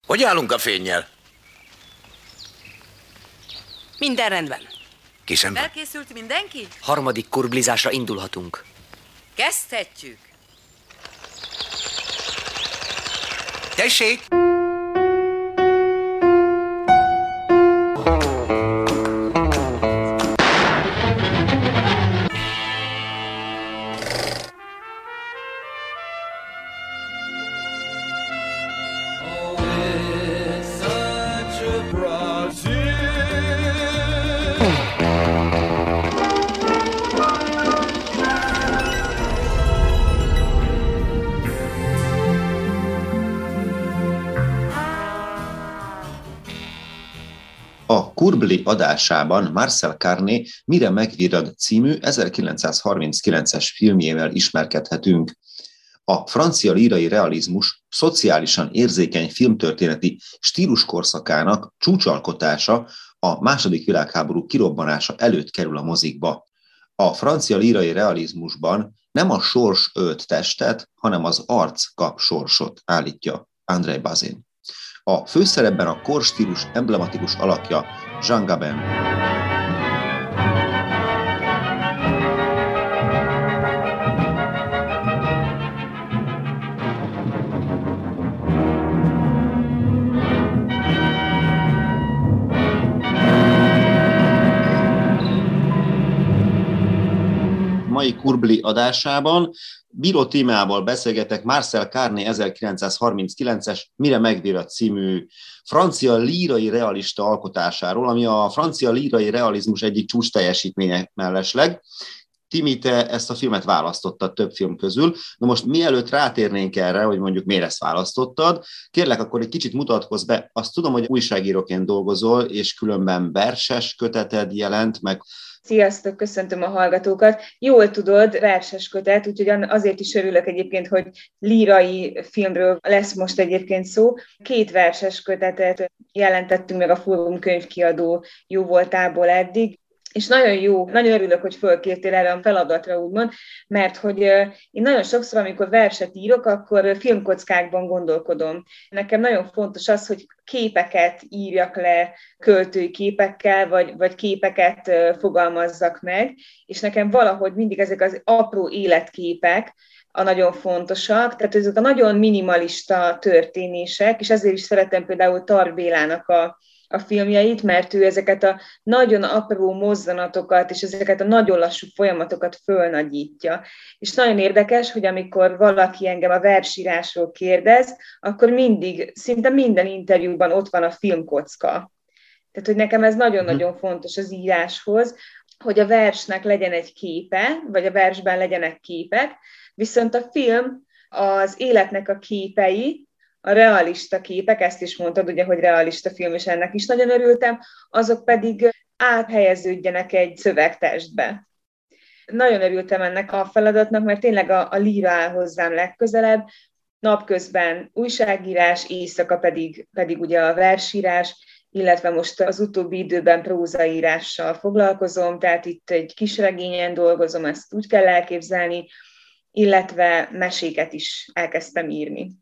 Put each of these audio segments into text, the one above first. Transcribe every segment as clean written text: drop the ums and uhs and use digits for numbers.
Hogy állunk a fénnyel? Minden rendben. Készen van? Felkészült mindenki? Harmadik kurblizásra indulhatunk. Kezdhetjük. Tessék! A Kurbli adásában Marcel Carné Mire megvirrad című 1939-es filmjével ismerkedhetünk. A francia lírai realizmus szociálisan érzékeny filmtörténeti stíluskorszakának csúcsalkotása a II. Világháború kirobbanása előtt kerül a mozikba. A francia lírai realizmusban nem a sors ölt testet, hanem az arc kap sorsot, állítja André Bazin. A főszerepben a korstílus emblematikus alakja Jean Gabin. Mai Kurbli adásában Bíró Tímeával beszélgetek Marcel Carné 1939-es Mire megvirrad című francia lírai realista alkotásáról, ami a francia lírai realizmus egyik csúcs teljesítménye mellesleg. Timi, te ezt a filmet választottad több film közül. Na most mielőtt rátérnénk erre, hogy mondjuk miért ezt választottad, kérlek akkor egy kicsit mutatkozz be. Azt tudom, hogy újságíróként dolgozol, és különben verses köteted jelent meg. Sziasztok, köszöntöm a hallgatókat. Jól tudod, verses kötet, úgyhogy azért is örülök egyébként, hogy lírai filmről lesz most egyébként szó. 2 verses kötetet jelentettünk meg a Fórum könyvkiadó jó voltából eddig, és nagyon jó, nagyon örülök, hogy fölkértél erre a feladatra, úgymond, mert hogy én nagyon sokszor, amikor verset írok, akkor filmkockákban gondolkodom. Nekem nagyon fontos az, hogy képeket írjak le költői képekkel, vagy képeket fogalmazzak meg, és nekem valahogy mindig ezek az apró életképek a nagyon fontosak, tehát ezek a nagyon minimalista történések, és ezért is szeretem például Tar Bélának a filmjeit, mert ő ezeket a nagyon apró mozzanatokat és ezeket a nagyon lassú folyamatokat fölnagyítja. És nagyon érdekes, hogy amikor valaki engem a versírásról kérdez, akkor mindig, szinte minden interjúban ott van a filmkocka. Tehát, hogy nekem ez nagyon-nagyon fontos az íráshoz, hogy a versnek legyen egy képe, vagy a versben legyenek képek, viszont a film az életnek a képei, a realista képek, ezt is mondtad, ugye, hogy realista film, és ennek is nagyon örültem, azok pedig áthelyeződjenek egy szövegtestbe. Nagyon örültem ennek a feladatnak, mert tényleg a líra áll hozzám legközelebb, napközben újságírás, éjszaka pedig ugye a versírás, illetve most az utóbbi időben prózaírással foglalkozom, tehát itt egy kisregényen dolgozom, ezt úgy kell elképzelni, illetve meséket is elkezdtem írni.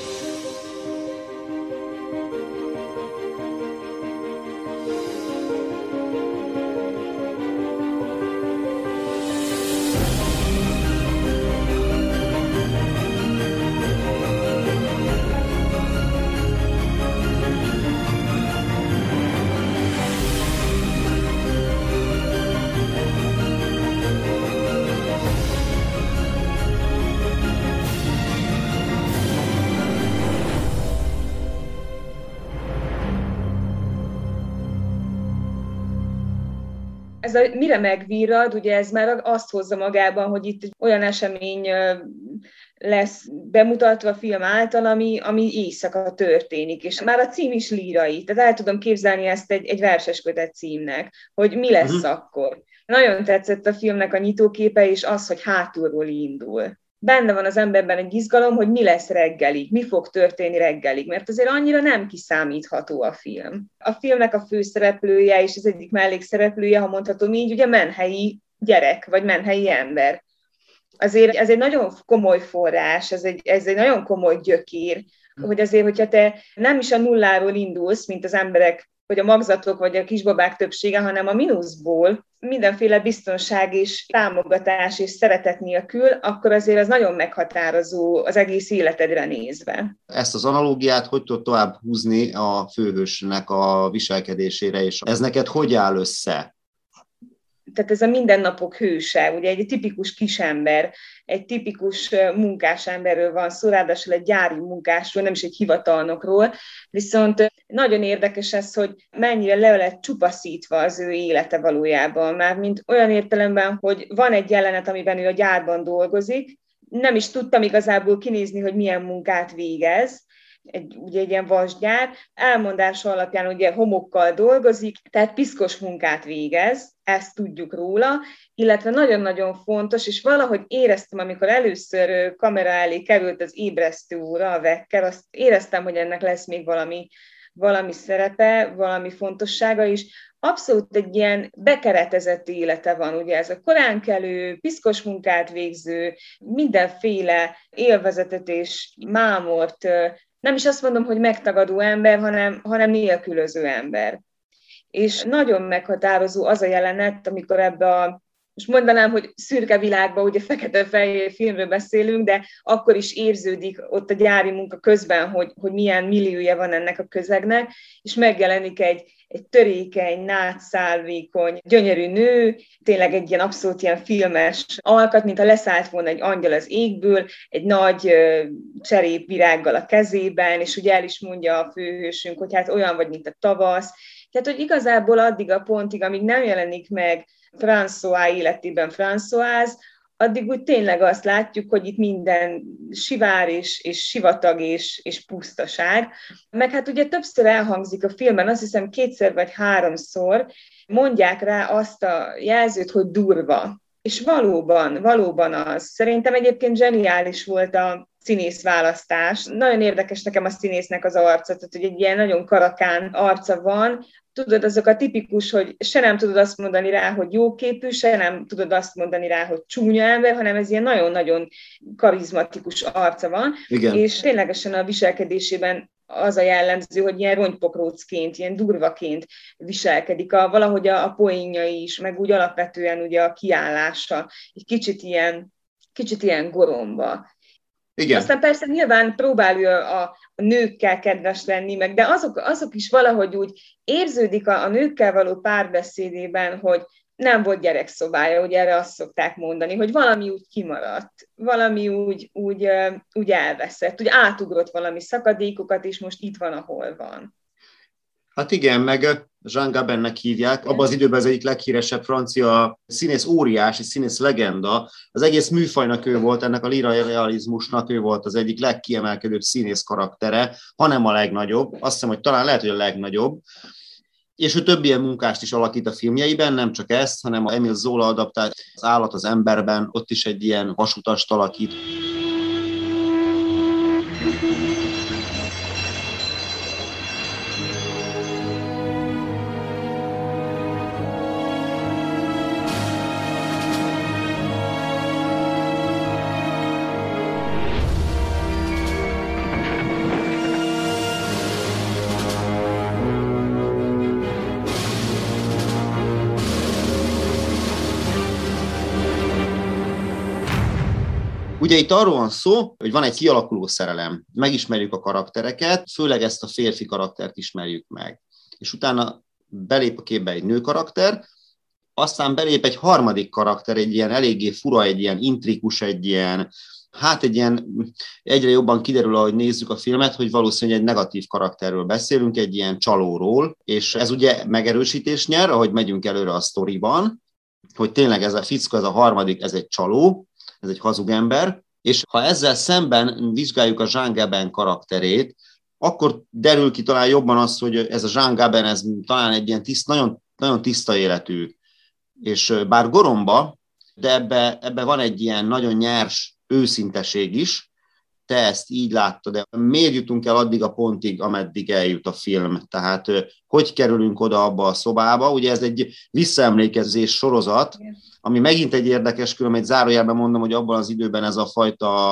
Ez a Mire megvirrad, ugye ez már azt hozza magában, hogy itt egy olyan esemény lesz bemutatva a film által, ami éjszaka történik, és már a cím is lírai, tehát el tudom képzelni ezt egy verseskötet címnek, hogy mi lesz akkor. Nagyon tetszett a filmnek a nyitóképe, és az, hogy hátulról indul. Benne van az emberben egy izgalom, hogy mi lesz reggelig, mi fog történni reggelig, mert azért annyira nem kiszámítható a film. A filmnek a főszereplője és az egyik mellékszereplője, ha mondhatom így, ugye menhelyi gyerek, vagy menhelyi ember. Azért ez egy nagyon komoly forrás, ez egy nagyon komoly gyökér hogy azért, hogyha te nem is a nulláról indulsz, mint az emberek, vagy a magzatok, vagy a kisbabák többsége, hanem a mínuszból, mindenféle biztonság és támogatás és szeretet nélkül, akkor azért az nagyon meghatározó az egész életedre nézve. Ezt az analógiát hogy tudod tovább húzni a főhősnek a viselkedésére, és ez neked hogy áll össze? Tehát ez a mindennapok hőse, ugye egy tipikus kisember, egy tipikus munkásemberről van szó, ráadásul egy gyári munkásról, nem is egy hivatalnokról, viszont nagyon érdekes ez, hogy mennyire le lett csupaszítva az ő élete valójában, mármint olyan értelemben, hogy van egy jelenet, amiben ő a gyárban dolgozik, nem is tudtam igazából kinézni, hogy milyen munkát végez, ugye egy ilyen vasgyár, elmondása alapján ugye homokkal dolgozik, tehát piszkos munkát végez, ezt tudjuk róla, illetve nagyon-nagyon fontos, és valahogy éreztem, amikor először kamera elé került az ébresztő óra, a wecker, azt éreztem, hogy ennek lesz még valami szerepe, valami fontossága is. Abszolút egy ilyen bekeretezett élete van, ugye ez a koránkelő, piszkos munkát végző, mindenféle élvezetet és mámort, nem is azt mondom, hogy megtagadó ember, hanem nélkülöző ember. És nagyon meghatározó az a jelenet, amikor most mondanám, hogy szürke világban, ugye fekete-fehér filmről beszélünk, de akkor is érződik ott a gyári munka közben, hogy milyen milliója van ennek a közegnek, és megjelenik egy törékeny, nátszálvékony, gyönyörű nő, tényleg egy ilyen abszolút ilyen filmes alkat, mintha leszállt volna egy angyal az égből, egy nagy cserépvirággal a kezében, és ugye el is mondja a főhősünk, hogy hát olyan vagy, mint a tavasz. Tehát, hogy igazából addig a pontig, amíg nem jelenik meg François életében Françoise, addig úgy tényleg azt látjuk, hogy itt minden sivár és sivatag és pusztaság. Meg hát ugye többször elhangzik a filmben, azt hiszem 2 vagy 3-szor mondják rá azt a jelzőt, hogy durva. És valóban az. Szerintem egyébként zseniális volt a színészválasztás. Nagyon érdekes nekem a színésznek az arca, tehát hogy egy ilyen nagyon karakán arca van. Tudod, azok a tipikus, hogy se nem tudod azt mondani rá, hogy jóképű, se nem tudod azt mondani rá, hogy csúnya ember, hanem ez ilyen nagyon-nagyon karizmatikus arca van. Igen. És ténylegesen a viselkedésében az a jellemző, hogy ilyen rongypokrócként, ilyen durvaként viselkedik, valahogy a poénjai is, meg úgy alapvetően ugye a kiállása, egy kicsit ilyen goromba. Igen. Aztán persze nyilván próbál ő a nőkkel kedves lenni, meg, de azok is valahogy úgy érződik a nőkkel való párbeszédében, hogy nem volt gyerekszobája, ugye erre azt szokták mondani, hogy valami úgy kimaradt, valami úgy elveszett, úgy átugrott valami szakadékokat, és most itt van, ahol van. Hát igen, meg Jean Gabinnek hívják, abban az időben az egyik leghíresebb francia színész óriás, és színész legenda. Az egész műfajnak ő volt, ennek a lírai realizmusnak ő volt az egyik legkiemelkedőbb színész karaktere, hanem a legnagyobb. Azt hiszem, hogy talán lehet, hogy a legnagyobb. És ő több ilyen munkást is alakít a filmjeiben, nem csak ezt, hanem a Émile Zola adaptált Az állat az emberben, ott is egy ilyen vasutast alakít. Ugye itt arról van szó, hogy van egy kialakuló szerelem, megismerjük a karaktereket, főleg ezt a férfi karaktert ismerjük meg. És utána belép a képbe egy nő karakter, aztán belép egy harmadik karakter, egy ilyen eléggé fura, egy ilyen intrikus, egy ilyen egyre jobban kiderül, ahogy nézzük a filmet, hogy valószínűleg egy negatív karakterről beszélünk, egy ilyen csalóról, és ez ugye megerősítés nyer, ahogy megyünk előre a sztoriban, hogy tényleg ez a fickó, ez a harmadik, ez egy csaló, ez egy hazug ember, és ha ezzel szemben vizsgáljuk a Jean Gabin karakterét, akkor derül ki talán jobban az, hogy ez a Jean Gabin, ez talán egy ilyen nagyon, nagyon tiszta életű, és bár goromba, de ebbe van egy ilyen nagyon nyers őszinteség is, te ezt így láttad, de miért jutunk el addig a pontig, ameddig eljut a film? Tehát hogy kerülünk oda abba a szobába? Ugye ez egy visszaemlékezés sorozat, ami megint egy érdekes, különben egy zárójelben mondom, hogy abban az időben ez a fajta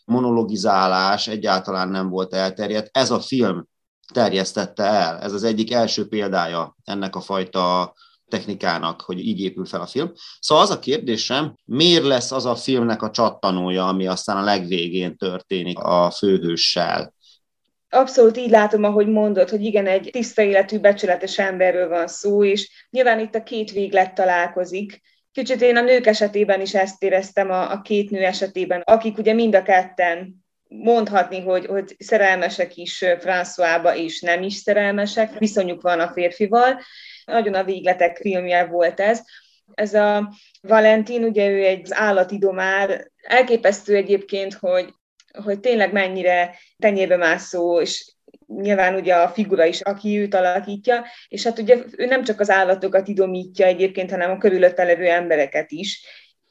monologizálás egyáltalán nem volt elterjedt. Ez a film terjesztette el. Ez az egyik első példája ennek a fajta technikának, hogy így épül fel a film. Szóval az a kérdésem, miért lesz az a filmnek a csattanója, ami aztán a legvégén történik a főhőssel? Abszolút így látom, ahogy mondod, hogy igen, egy tiszta életű, becsületes emberről van szó, és nyilván itt a két véglet találkozik. Kicsit én a nők esetében is ezt éreztem, a két nő esetében, akik ugye mind a ketten mondhatni, hogy szerelmesek is Françoisba, és nem is szerelmesek, viszonyuk van a férfival. Nagyon a végletek filmje volt ez. Ez a Valentin, ugye ő egy állatidomár, elképesztő egyébként, hogy tényleg mennyire tenyérbe mászó, és nyilván ugye a figura is, aki őt alakítja, és hát ugye ő nem csak az állatokat idomítja egyébként, hanem a körülötte levő embereket is.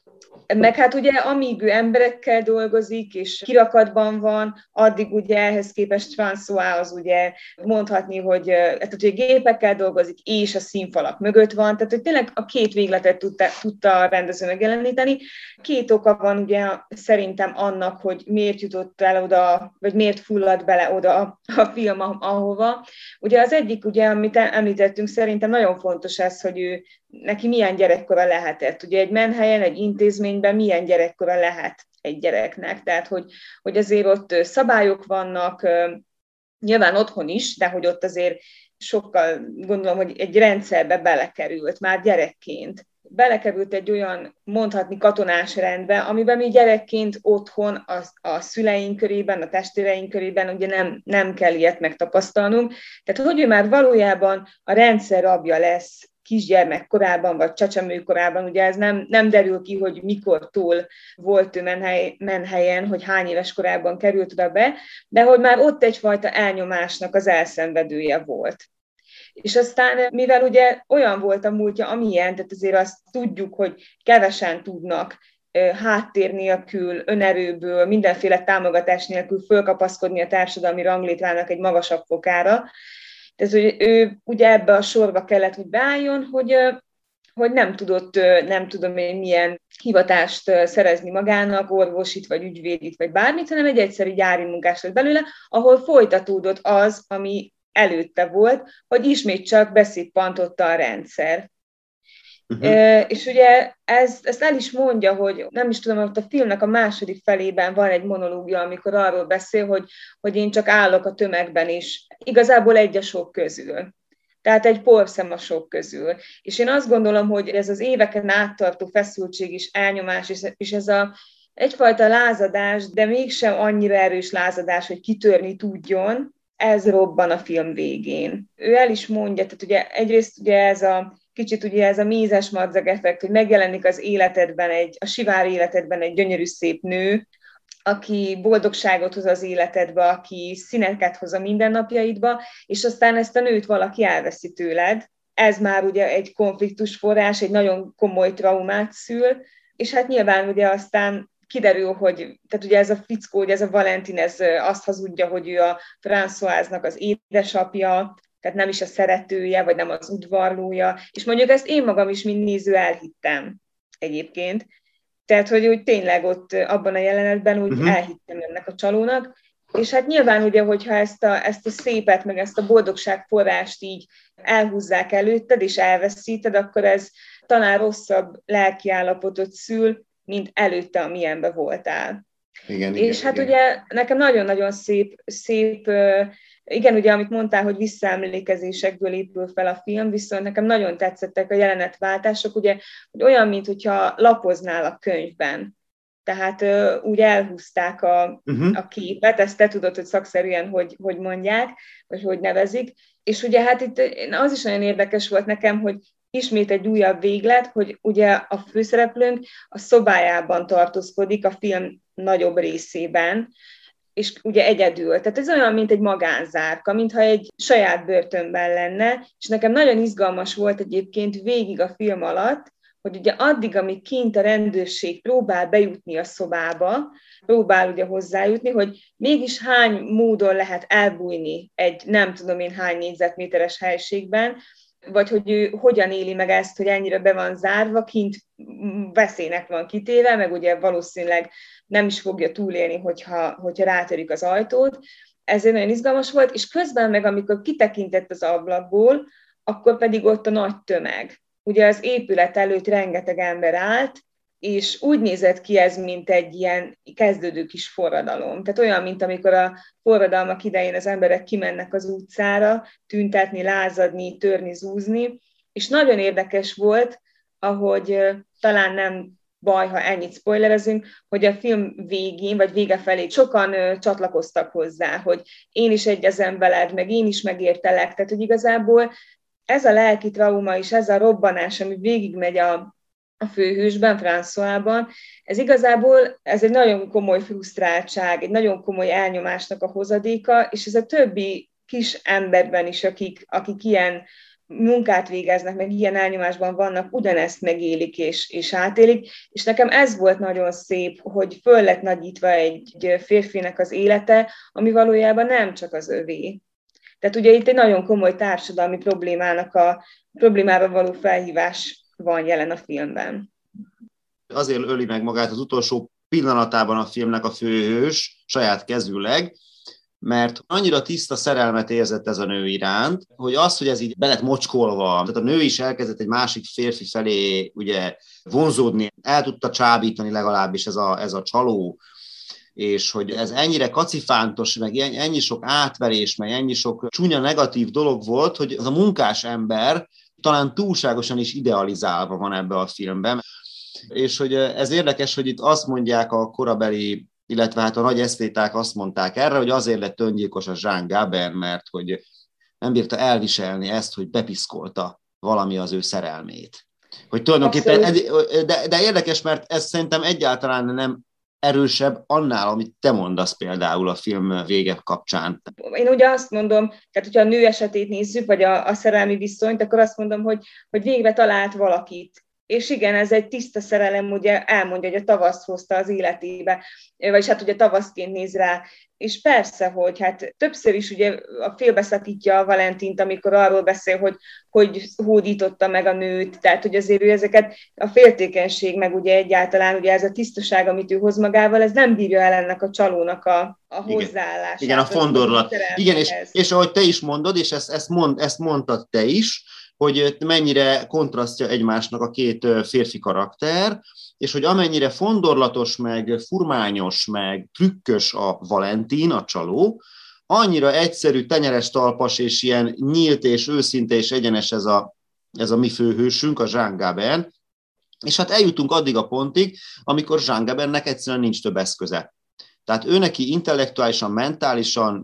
Meg hát ugye amíg ő emberekkel dolgozik, és kirakatban van, addig ugye ehhez képest François az ugye mondhatni, hogy ugye gépekkel dolgozik, és a színfalak mögött van, tehát hogy tényleg a két végletet tudta a rendező megjeleníteni. Két oka van ugye szerintem annak, hogy miért jutott el oda, vagy miért fulladt bele oda a film ahova. Ugye az egyik, ugye, amit említettünk, szerintem nagyon fontos ez, hogy neki milyen gyerekkora lehetett. Ugye egy menhelyen, egy intézményben milyen gyerekkora lehet egy gyereknek. Tehát, hogy azért ott szabályok vannak, nyilván otthon is, de hogy ott azért sokkal, gondolom, hogy egy rendszerbe belekerült már gyerekként. Belekerült egy olyan, mondhatni, katonás rendbe, amiben mi gyerekként otthon, a szüleink körében, a testvéreink körében ugye nem kell ilyet megtapasztalnunk. Tehát, hogy ő már valójában a rendszer rabja lesz kisgyermek korában, vagy csecsemő korában, ugye ez nem derül ki, hogy mikortól volt ő menhelyen, hogy hány éves korában került oda be, de hogy már ott egyfajta elnyomásnak az elszenvedője volt. És aztán, mivel ugye olyan volt a múltja, amilyen, tehát azért azt tudjuk, hogy kevesen tudnak háttér nélkül, önerőből, mindenféle támogatás nélkül fölkapaszkodni a társadalmi ranglétrának egy magasabb fokára. Tehát, hogy ő ugye ebbe a sorba kellett, hogy beálljon, hogy nem tudott, nem tudom én milyen hivatást szerezni magának, orvosit, vagy ügyvédit, vagy bármit, hanem egy egyszerű gyári munkás lett belőle, ahol folytatódott az, ami előtte volt, hogy ismét csak beszippantotta a rendszer. És ugye ezt el is mondja, hogy nem is tudom, hogy a filmnek a második felében van egy monológia, amikor arról beszél, hogy én csak állok a tömegben is, igazából egy a sok közül. Tehát egy porszem a sok közül. És én azt gondolom, hogy ez az éveken áttartó feszültség és elnyomás, és ez egyfajta lázadás, de mégsem annyira erős lázadás, hogy kitörni tudjon, ez robban a film végén. Ő el is mondja, tehát ugye egyrészt ugye ez a mézes madzag effekt, hogy megjelenik az életedben, a sivár életedben egy gyönyörű szép nő, aki boldogságot hoz az életedbe, aki színeket hoz a mindennapjaidba, és aztán ezt a nőt valaki elveszi tőled. Ez már ugye egy konfliktus forrás, egy nagyon komoly traumát szül, és hát nyilván ugye aztán kiderül, hogy tehát ugye ez a fickó, ugye ez a Valentin, ez azt hazudja, hogy ő a Françoisnak az édesapja, tehát nem is a szeretője, vagy nem az udvarlója, és mondjuk ezt én magam is, mint néző elhittem egyébként. Tehát, hogy úgy tényleg ott abban a jelenetben úgy elhittem ennek a csalónak, és hát nyilván ugye, hogyha ezt a szépet, meg ezt a boldogság forrást így elhúzzák előtted, és elveszíted, akkor ez talán rosszabb lelkiállapotot szül, mint előtte, amilyenben voltál. Igen, és hát ugye nekem nagyon-nagyon szép, igen, ugye amit mondtál, hogy visszaemlékezésekből épül fel a film, viszont nekem nagyon tetszettek a jelenetváltások, ugye, hogy olyan, mintha lapoznál a könyvben. Tehát úgy elhúzták a képet, ezt te tudod, hogy szakszerűen hogy mondják, vagy hogy nevezik. És ugye hát itt az is nagyon érdekes volt nekem, hogy ismét egy újabb véglet, hogy ugye a főszereplőnk a szobájában tartózkodik a film nagyobb részében, és ugye egyedül. Tehát ez olyan, mint egy magánzárka, mintha egy saját börtönben lenne, és nekem nagyon izgalmas volt egyébként végig a film alatt, hogy ugye addig, amíg kint a rendőrség próbál bejutni a szobába, próbál ugye hozzájutni, hogy mégis hány módon lehet elbújni egy nem tudom én hány négyzetméteres helységben, vagy hogy ő hogyan éli meg ezt, hogy ennyire be van zárva, kint veszélynek van kitéve, meg ugye valószínűleg nem is fogja túlélni, hogyha rátörik az ajtót. Ezért nagyon izgalmas volt, és közben meg, amikor kitekintett az ablakból, akkor pedig ott a nagy tömeg. Ugye az épület előtt rengeteg ember állt, és úgy nézett ki ez, mint egy ilyen kezdődő kis forradalom. Tehát olyan, mint amikor a forradalmak idején az emberek kimennek az utcára, tüntetni, lázadni, törni, zúzni, és nagyon érdekes volt, ahogy talán nem baj, ha ennyit spoilerezünk, hogy a film végén, vagy vége felé sokan csatlakoztak hozzá, hogy én is egyezem veled, meg én is megértelek. Tehát, hogy igazából ez a lelki trauma és ez a robbanás, ami végigmegy a főhősben, Françoisban, ez igazából ez egy nagyon komoly frusztráltság, egy nagyon komoly elnyomásnak a hozadéka, és ez a többi kis emberben is, akik ilyen munkát végeznek, meg ilyen elnyomásban vannak, ugyanezt megélik és átélik, és nekem ez volt nagyon szép, hogy föl lett nagyítva egy férfinek az élete, ami valójában nem csak az övé. Tehát ugye itt egy nagyon komoly társadalmi problémára való felhívás van jelen a filmben. Azért öli meg magát az utolsó pillanatában a filmnek a főhős, saját kezűleg, mert annyira tiszta szerelmet érzett ez a nő iránt, hogy az, hogy ez így be lett mocskolva, tehát a nő is elkezdett egy másik férfi felé ugye vonzódni, el tudta csábítani legalábbis ez a csaló, és hogy ez ennyire kacifántos, meg ennyi sok átverés, meg ennyi sok csúnya negatív dolog volt, hogy az a munkás ember talán túlságosan is idealizálva van ebbe a filmben. És hogy ez érdekes, hogy itt azt mondják a korabeli, illetve hát a nagy esztéták azt mondták erre, hogy azért lett öngyilkos a Jean Gabin, mert hogy nem bírta elviselni ezt, hogy bepiszkolta valami az ő szerelmét. Hogy tulajdonképpen, de érdekes, mert ez szerintem egyáltalán nem erősebb annál, amit te mondasz például a film vége kapcsán. Én ugye azt mondom, tehát hogyha a nő esetét nézzük, vagy a szerelmi viszonyt, akkor azt mondom, hogy végre talált valakit. És igen, ez egy tiszta szerelem, ugye elmondja, hogy a tavasz hozta az életébe, vagyis hát ugye tavaszként néz rá. És persze, hogy hát többször is ugye félbeszakítja a Valentint, amikor arról beszél, hogy hódította meg a nőt, tehát hogy azért ő ezeket a féltékenység, meg ugye egyáltalán ugye ez a tisztmondság, amit ő hoz magával, ez nem bírja el ennek a csalónak a hozzáállását. Igen, a fondorlat. Igen, és ahogy te is mondod, és ezt mondtad te is, hogy mennyire kontrasztja egymásnak a két férfi karakter, és hogy amennyire fondorlatos, meg furmányos, meg trükkös a Valentin, a csaló, annyira egyszerű, tenyeres talpas, és ilyen nyílt, és őszinte, és egyenes ez a mi főhősünk, a Jean Gabin, és hát eljutunk addig a pontig, amikor Jean Gabinnek egyszerűen nincs több eszköze. Tehát ő neki intellektuálisan, mentálisan,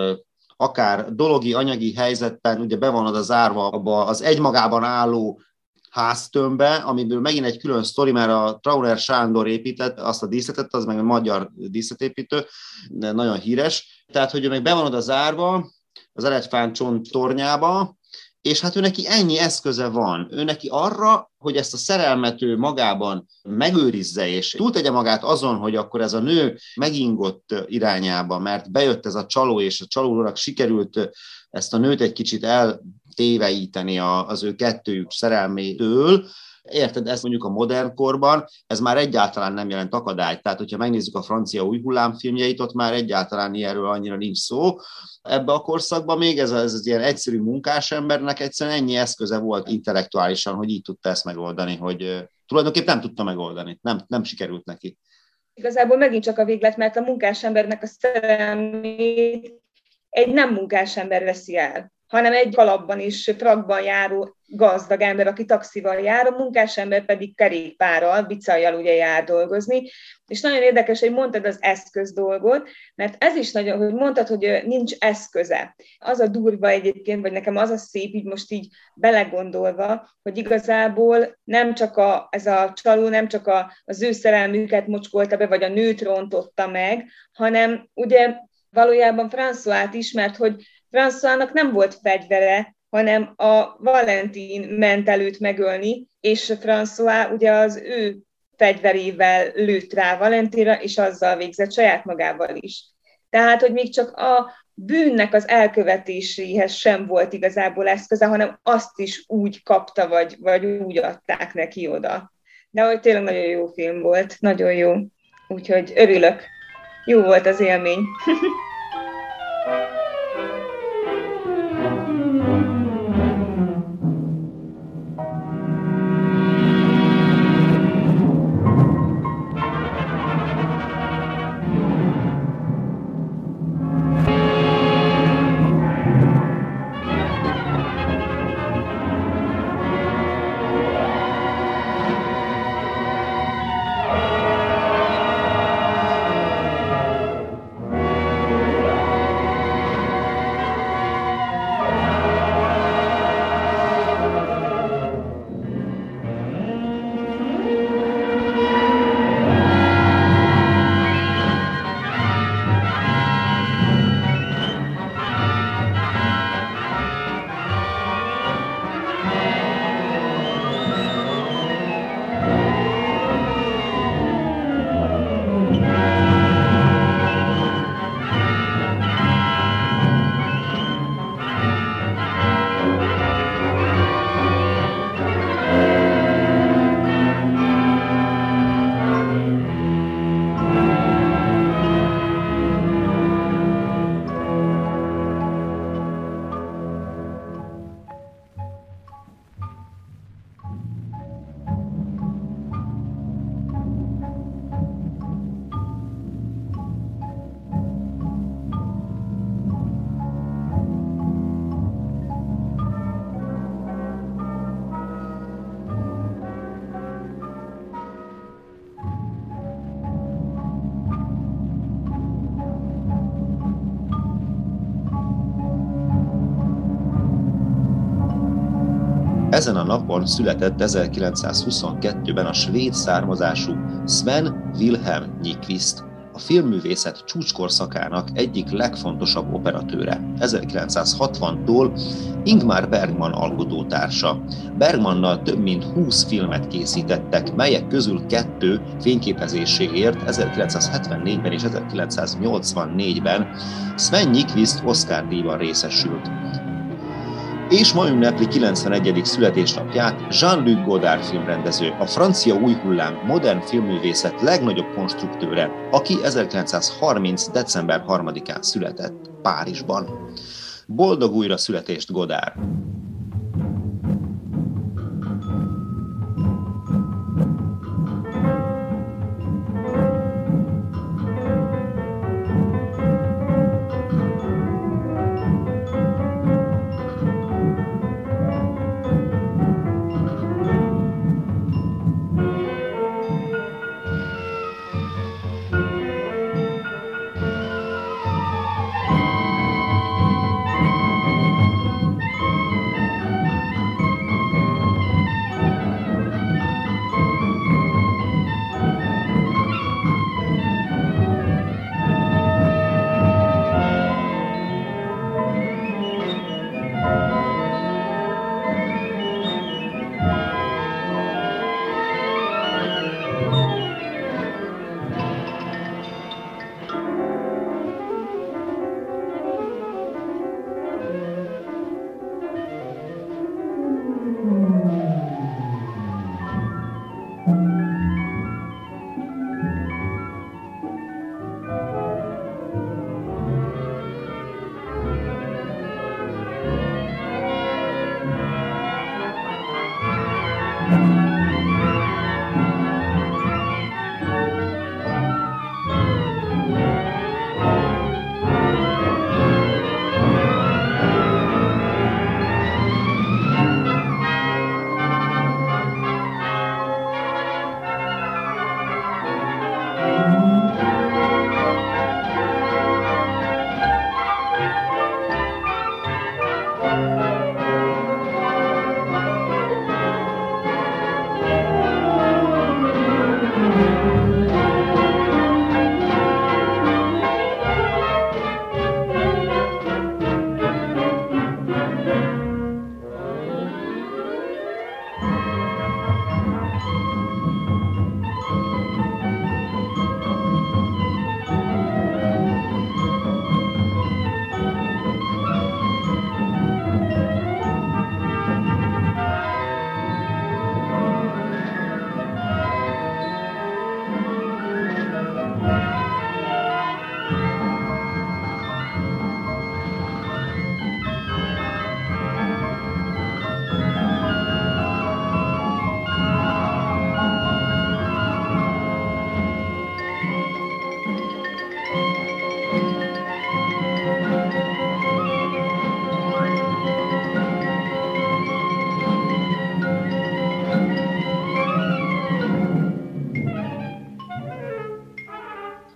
akár dologi, anyagi helyzetben ugye be van oda zárva abba az egymagában álló háztömbbe, amiből megint egy külön sztori, mert a Trauner Sándor épített azt a díszletet, az meg egy magyar díszletépítő, nagyon híres. Tehát, hogy ő meg be van oda zárva az elefántcsont tornyába, és hát ő neki ennyi eszköze van. Ő neki arra, hogy ezt a szerelmet ő magában megőrizze, és túltegye magát azon, hogy akkor ez a nő megingott irányába, mert bejött ez a csaló, és a csalónak sikerült ezt a nőt egy kicsit eltéveíteni az ő kettőjük szerelmétől. Érted, ezt mondjuk a modern korban, ez már egyáltalán nem jelent akadályt. Tehát, hogyha megnézzük a francia új hullám filmjeit, ott már egyáltalán ilyenről annyira nincs szó. Ebbe a korszakban még ez az ilyen egyszerű munkásembernek egyszerűen ennyi eszköze volt intellektuálisan, hogy így tudta ezt megoldani, hogy tulajdonképpen nem tudta megoldani, nem sikerült neki. Igazából megint csak a véglet, mert a munkásembernek a szerelmét egy nem munkásember veszi el, hanem egy kalapban és frakban járó gazdag ember, aki taxival jár, a munkásember pedig kerékpárral, bicajjal ugye jár dolgozni. És nagyon érdekes, hogy mondtad az eszköz dolgot, mert ez is nagyon, hogy mondtad, hogy nincs eszköze. Az a durva egyébként, vagy nekem az a szép, így most így belegondolva, hogy igazából nem csak ez a csaló, nem csak az ő szerelmüket mocskolta be, vagy a nőt rontotta meg, hanem ugye valójában François-t is, mert hogy François-nak nem volt fegyvere, hanem a Valentin ment előtt megölni, és François ugye az ő fegyverével lőtt rá Valentinra, és azzal végzett saját magával is. Tehát, hogy még csak bűnnek az elkövetéséhez sem volt igazából eszköze, hanem azt is úgy kapta, vagy úgy adták neki oda. De hogy tényleg nagyon jó film volt, nagyon jó. Úgyhogy örülök. Jó volt az élmény. Ezen a napon született 1922-ben a svéd származású Sven Wilhelm Nyquist, a filmművészet csúcskorszakának egyik legfontosabb operatőre. 1960-tól Ingmar Bergman alkotótársa. Bergmannal több mint 20 filmet készítettek, melyek közül 2 fényképezéséért 1974-ben és 1984-ben Sven Nyquist Oscar-díjban részesült. És ma ünnepli 91. születésnapját Jean-Luc Godard filmrendező, a francia új hullám modern filmművészet legnagyobb konstruktőre, aki 1930. december 3-án született Párizsban. Boldog újra születést, Godard!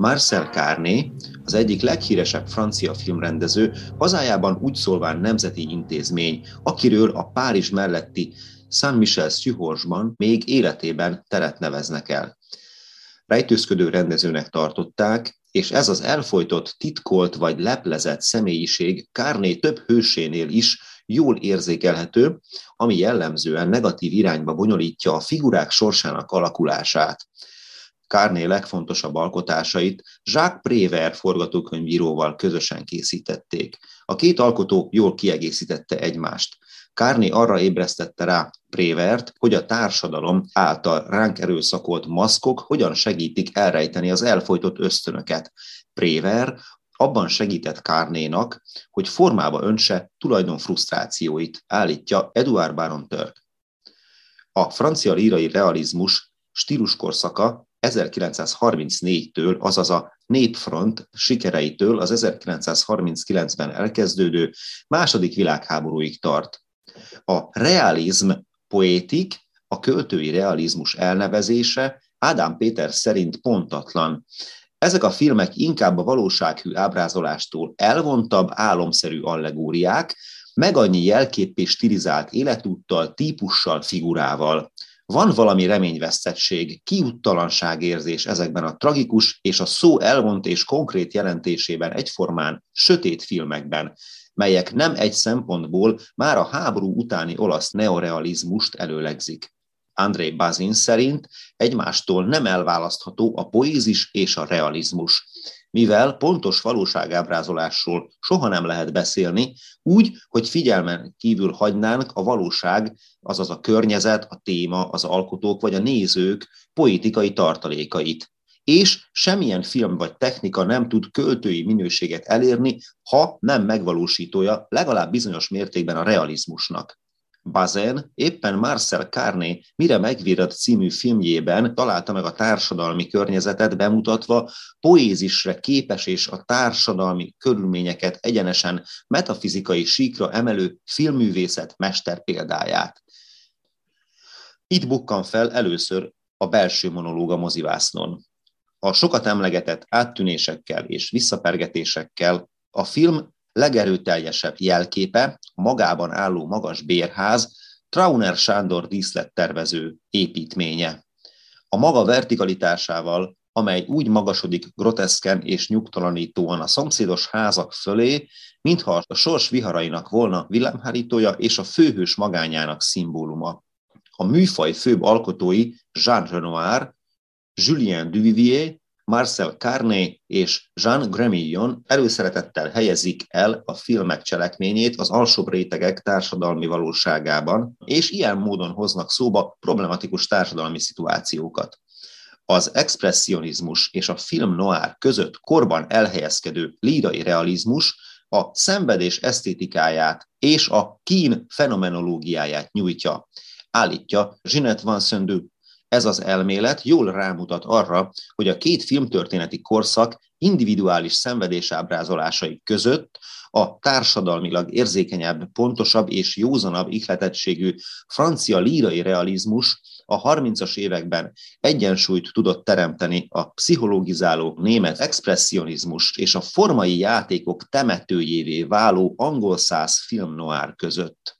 Marcel Carné, az egyik leghíresebb francia filmrendező, hazájában úgy szólván nemzeti intézmény, akiről a Párizs melletti Saint-Michel-sur-Orgeban még életében teret neveznek el. Rejtőzködő rendezőnek tartották, és ez az elfojtott, titkolt vagy leplezett személyiség Carné több hősénél is jól érzékelhető, ami jellemzően negatív irányba bonyolítja a figurák sorsának alakulását. Carné legfontosabb alkotásait Jacques Prévert forgatókönyvíróval közösen készítették. A két alkotó jól kiegészítette egymást. Carné arra ébresztette rá Prévert, hogy a társadalom által ránk erőszakolt maszkok hogyan segítik elrejteni az elfojtott ösztönöket. Prévert abban segített Carnénak, hogy formába öntse tulajdon frusztrációit, állítja Edouard Baron Turk. A francia lírai realizmus stíluskorszaka 1934-től, azaz a Népfront sikereitől az 1939-ben elkezdődő második világháborúig tart. A realizm poétik, a költői realizmus elnevezése Ádám Péter szerint pontatlan. Ezek a filmek inkább a valósághű ábrázolástól elvontabb, álomszerű allegóriák, meg annyi jelképpé stilizált életúttal, típussal, figurával. Van valami reményvesztettség, kiúttalanságérzés ezekben a tragikus és a szó elvont és konkrét jelentésében egyformán sötét filmekben, melyek nem egy szempontból már a háború utáni olasz neorealizmust előlegzik. André Bazin szerint egymástól nem elválasztható a poézis és a realizmus, mivel pontos valóságábrázolásról soha nem lehet beszélni, úgy, hogy figyelmen kívül hagynánk a valóság, azaz a környezet, a téma, az alkotók vagy a nézők poétikai tartalékait. És semmilyen film vagy technika nem tud költői minőséget elérni, ha nem megvalósítója legalább bizonyos mértékben a realizmusnak. Bazin éppen Marcel Carné Mire megvirrad című filmjében találta meg a társadalmi környezetet bemutatva poézisre képes és a társadalmi körülményeket egyenesen metafizikai síkra emelő filmművészet mesterpéldáját. Itt bukkan fel először a belső monológ a mozivásznon. A sokat emlegetett áttűnésekkel és visszapergetésekkel a film legerőteljesebb jelképe a magában álló magas bérház, Trauner Sándor díszlettervező építménye. A maga vertikalitásával, amely úgy magasodik groteszken és nyugtalanítóan a szomszédos házak fölé, mintha a sors viharainak volna villámhárítója és a főhős magányának szimbóluma. A műfaj főbb alkotói Jean Renoir, Julien Duvivier, Marcel Carné és Jean Grémillon előszeretettel helyezik el a filmek cselekményét az alsóbb rétegek társadalmi valóságában, és ilyen módon hoznak szóba problematikus társadalmi szituációkat. Az expresszionizmus és a film noir között korban elhelyezkedő lírai realizmus a szenvedés esztétikáját és a kín fenomenológiáját nyújtja, állítja Ginette Vincent. Ez az elmélet jól rámutat arra, hogy a két filmtörténeti korszak individuális szenvedésábrázolásai között a társadalmilag érzékenyebb, pontosabb és józanabb ihletettségű francia lírai realizmus a 30-as években egyensúlyt tudott teremteni a pszichologizáló német expresszionizmus és a formai játékok temetőjévé váló angol-szász film noir között.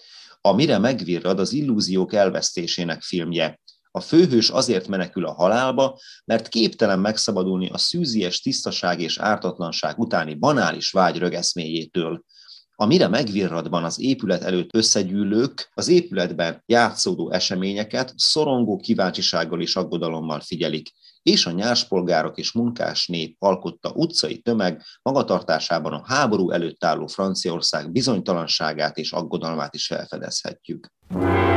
A Mire megvirrad az illúziók elvesztésének filmje. A főhős azért menekül a halálba, mert képtelen megszabadulni a szűzies tisztaság és ártatlanság utáni banális vágy rögeszméjétől. A Mire megvirradban az épület előtt összegyűlők az épületben játszódó eseményeket szorongó kíváncsisággal és aggodalommal figyelik, és a nyárspolgárok és munkás nép alkotta utcai tömeg magatartásában a háború előtt álló Franciaország bizonytalanságát és aggodalmát is felfedezhetjük.